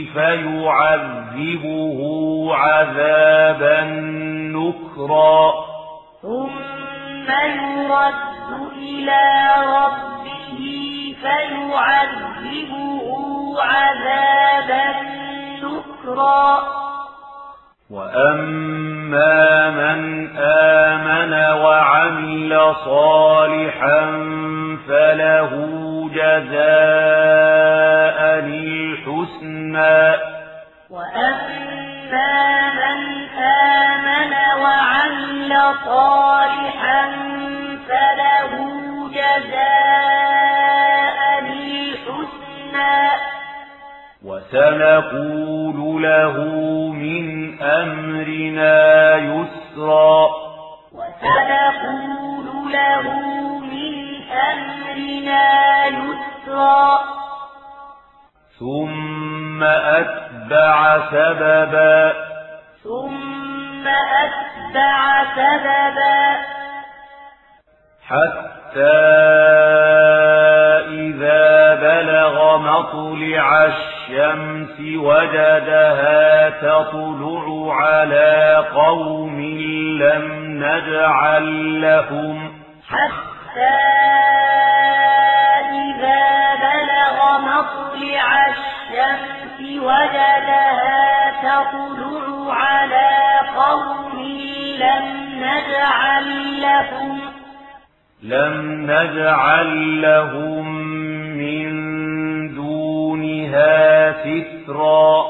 فيعذبه عذابا نكرا وأما من آمن وعمل صالحا فله جزاء الحسنى وسنقول له من أمرنا يسرا ثم أتبع سببا حتى إذا بلغ مطلع الشمس وجدها تطلع على قوم لم نجعل لهم لم نجعل لهم من دونها سترا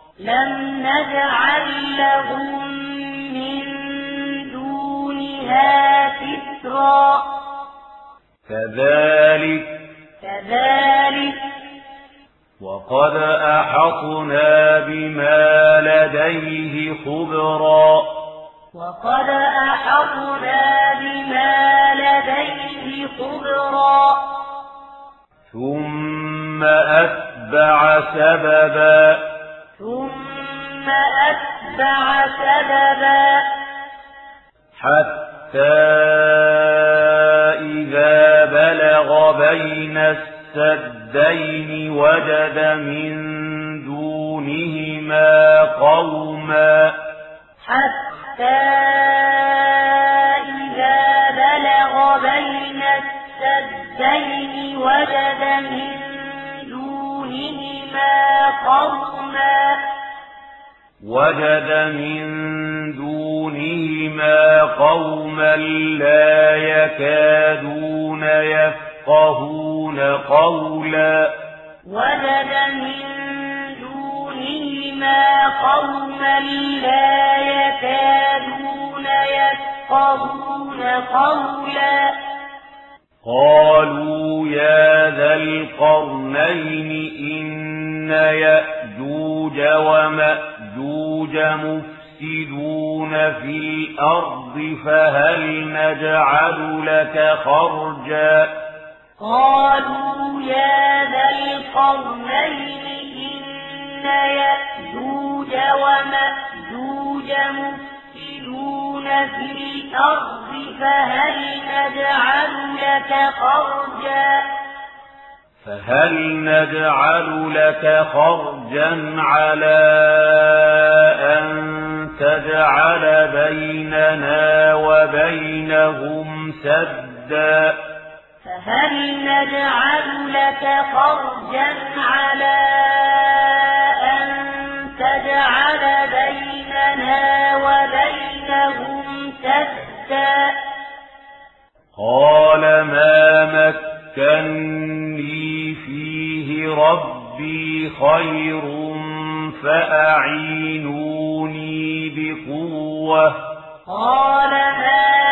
كذلك وقد أحطنا بما لديه خبرا ثم أتبع سببا حتى إذا بلغ بين السدين وجد من دونهما قوما لا يكادون يفقهون قولا قالوا يا ذا القرنين إن يأجوج ومأجوج مفسدون في الأرض فهل نجعل لك خرجا فهل نجعل لك خرجا على أن تجعل بيننا وبينهم سدا قال ما مكني فيه ربي خير فأعينوني بقوة قال ما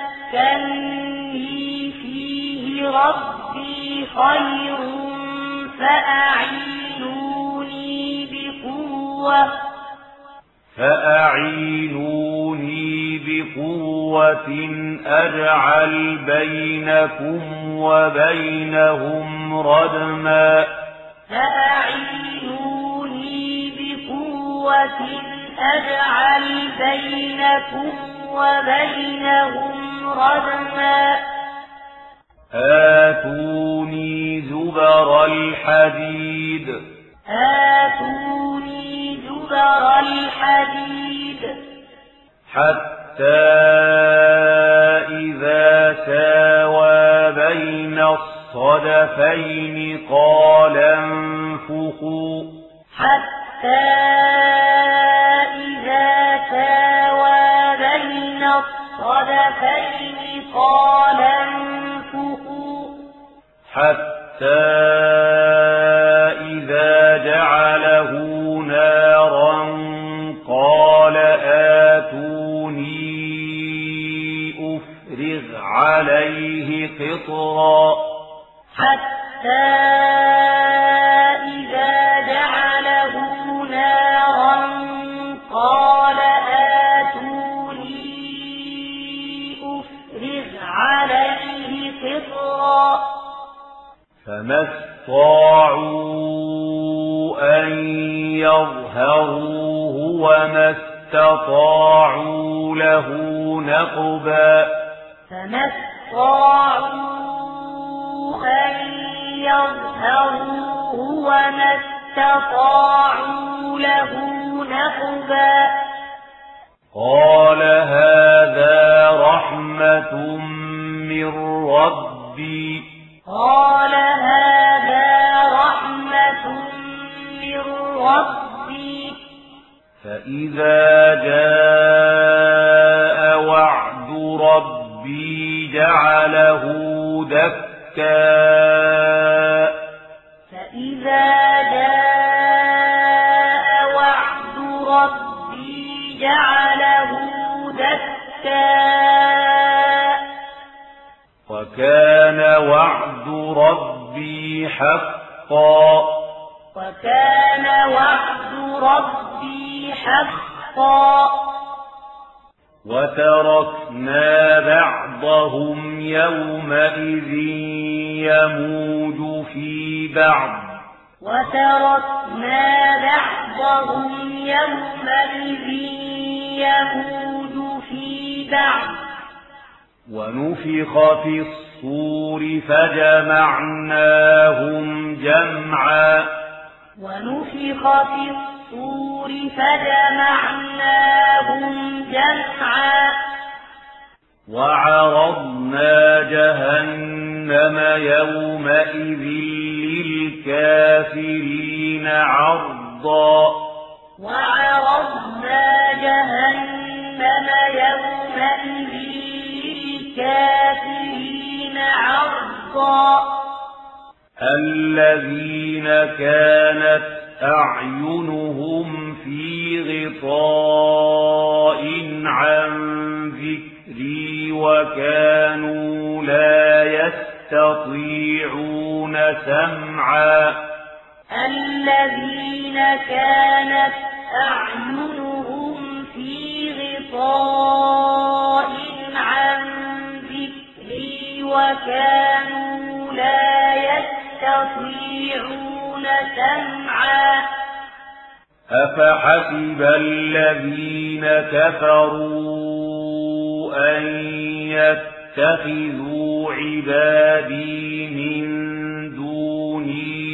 مكنني فيه ربي خير فأعينوني بقوة أجعل بينكم وبينهم ردما فأعينوني بقوة أجعل بينكم وبينهم ردما آتوني زبر الحديد حتى إذا ساوى بين الصدفين قال انفخوا حتى إذا جعله نارا قال آتوني أفرغ عليه قطرا فما استطاعوا أن يظهروه وما استطاعوا له نقبا قال هذا رحمة من ربي فإذا جاء وعد ربي جعله دكا وكان وعد ربي حقا وتركنا بعضهم يومئذ يموج في بعض ونفخ في الصور فجمعناهم جمعا وعرضنا جهنم يومئذ للكافرين عرضا الذين كانت أعينهم في غطاء عن ذكري وكانوا لا يستطيعون سمعا أفحسب الذين كفروا أن يتخذوا عبادي من دوني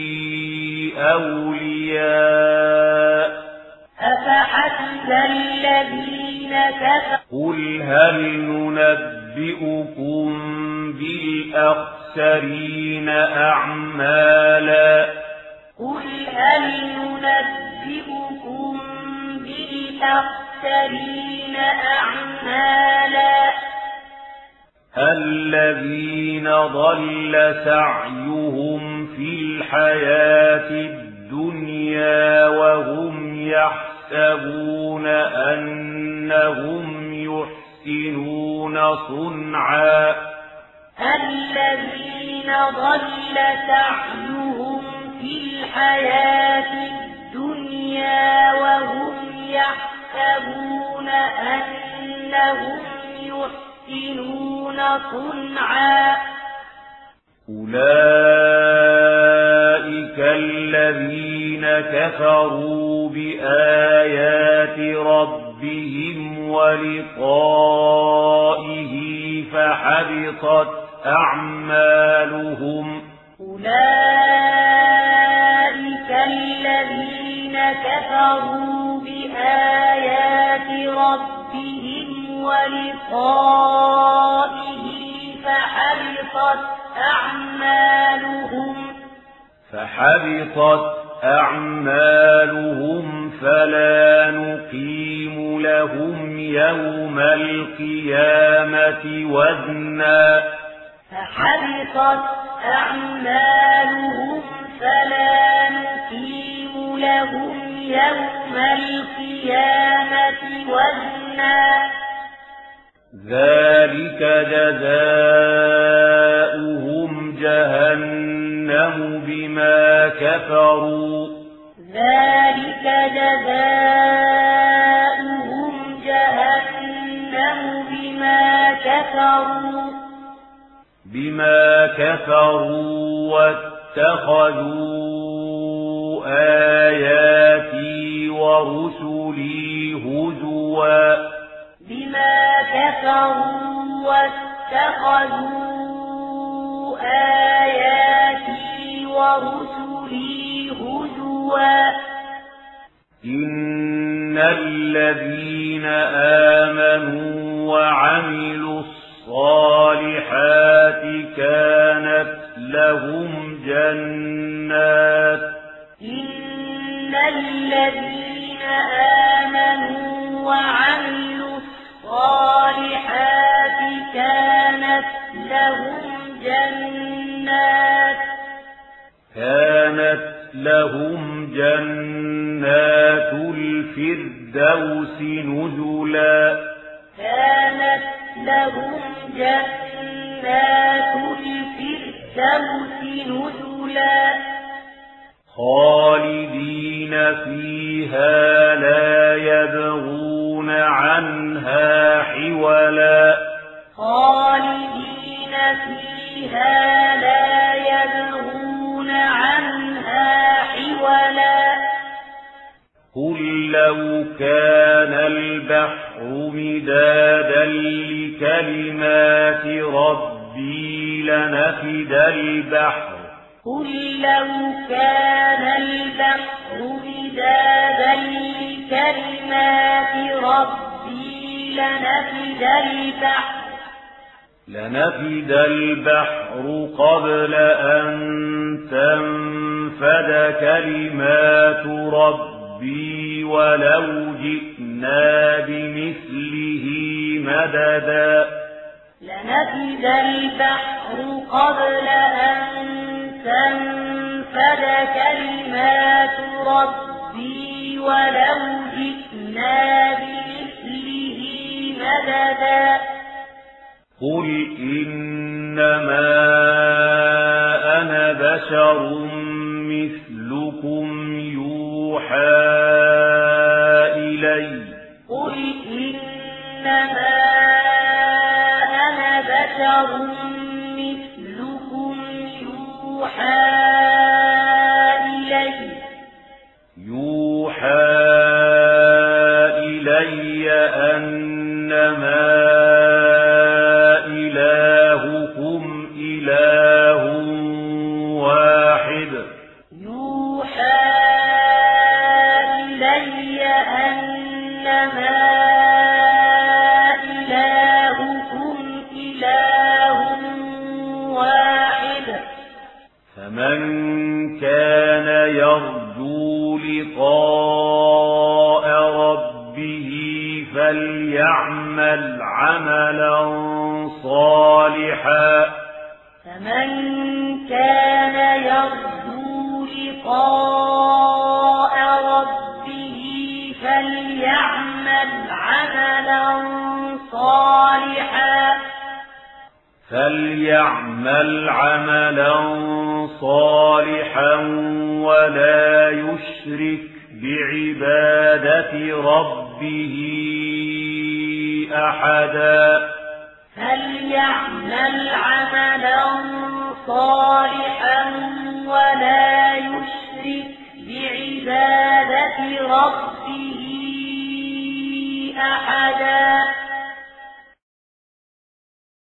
أولياء قل هل ننبئكم بالأخسرين أعمالا الذين ضل سعيهم في الحياة الدنيا وهم يحسبون أنهم يحسنون صنعا الذين ضل سعيهم في الحياة الدنيا وهم يحسبون أنهم يحسنون صنعا أولئك الذين كفروا بآيات ربهم ولقائه فحبطت أعمالهم أولئك الذين كفروا بآيات ربهم ولقائه فحبطت أعمالهم فلا نقيم لهم يوم القيامة وزنا فحبطت أعمالهم فلا نقيم لهم يوم القيامة وزنا ذلك جزاؤهم جهنم بما كفروا ذلك جزاؤهم جهنم بما كفروا واتخذوا آياتي ورسلي هزوا بما كفروا واتخذوا آياتي ورسلي هزوا إن الذين آمنوا وعملوا الصالحات كانت لهم جنات إن الذين آمنوا وعملوا الصالحات كانت لهم جنات الفردوس نزلا كانت لهم جنات الفردوس نزلا خالدين فيها لا يبغون عنها حولا خالدين فيها لا يبغون عنها حولا قل لو كان البحر مدادا لكلمات ربي لنفد البحر قل لو كان البحر مدادا لكلمات ربي لنفد البحر قبل أن تنفد كلمات ربي ولو جئنا بمثله مددا لنفد البحر قبل أن تنفد كلمات ربي ولو جئنا بمثله مددا قل إنما أنا بشر مثلكم يوحى إلي قل إنما أنا بشر مثلكم يوحى إلي أنما إلهكم إله واحد يوحى إلي أنما إلهكم إله واحد فمن كان يرجو لقاء ربه فليعمل عملا صالحا فمن كان يرجو لقاء صالحا فليعمل عملا صالحا ولا يشرك بعبادة ربه أحدا فليعمل عملا صالحا